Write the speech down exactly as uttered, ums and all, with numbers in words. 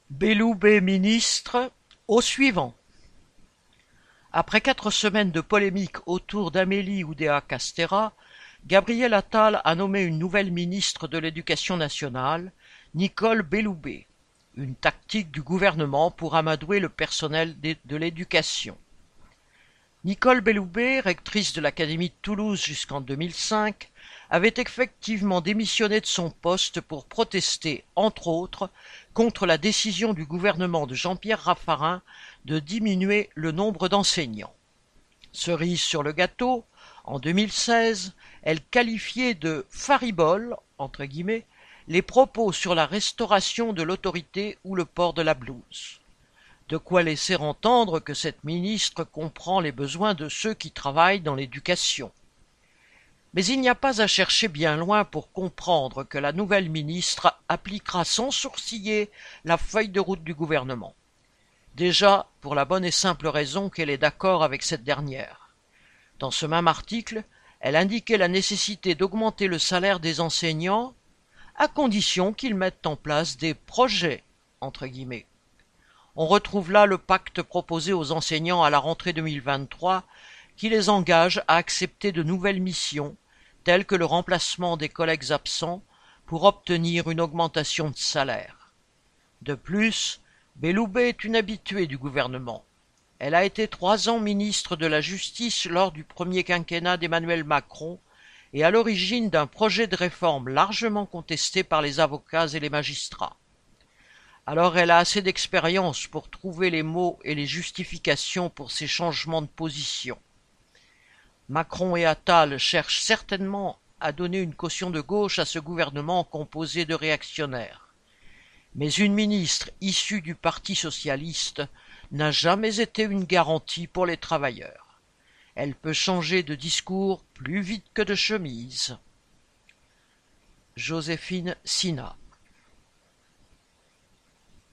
Belloubet ministre, au suivant. Après quatre semaines de polémique autour d'Amélie Oudéa-Castéra, Gabriel Attal a nommé une nouvelle ministre de l'Éducation nationale, Nicole Belloubet, une tactique du gouvernement pour amadouer le personnel de l'éducation. Nicole Belloubet, rectrice de l'Académie de Toulouse jusqu'en deux mille cinq, avait effectivement démissionné de son poste pour protester, entre autres, contre la décision du gouvernement de Jean-Pierre Raffarin de diminuer le nombre d'enseignants. Cerise sur le gâteau, en deux mille seize, elle qualifiait de fariboles, entre guillemets, les propos sur la restauration de l'autorité ou le port de la blouse. De quoi laisser entendre que cette ministre comprend les besoins de ceux qui travaillent dans l'éducation. Mais il n'y a pas à chercher bien loin pour comprendre que la nouvelle ministre appliquera sans sourciller la feuille de route du gouvernement. Déjà, pour la bonne et simple raison qu'elle est d'accord avec cette dernière. Dans ce même article, elle indiquait la nécessité d'augmenter le salaire des enseignants à condition qu'ils mettent en place des projets, entre guillemets. On retrouve là le pacte proposé aux enseignants à la rentrée deux mille vingt-trois qui les engage à accepter de nouvelles missions, telles que le remplacement des collègues absents, pour obtenir une augmentation de salaire. De plus, Belloubet est une habituée du gouvernement. Elle a été trois ans ministre de la Justice lors du premier quinquennat d'Emmanuel Macron et à l'origine d'un projet de réforme largement contesté par les avocats et les magistrats. Alors elle a assez d'expérience pour trouver les mots et les justifications pour ces changements de position. Macron et Attal cherchent certainement à donner une caution de gauche à ce gouvernement composé de réactionnaires. Mais une ministre issue du Parti socialiste n'a jamais été une garantie pour les travailleurs. Elle peut changer de discours plus vite que de chemise. Joséphine Sina.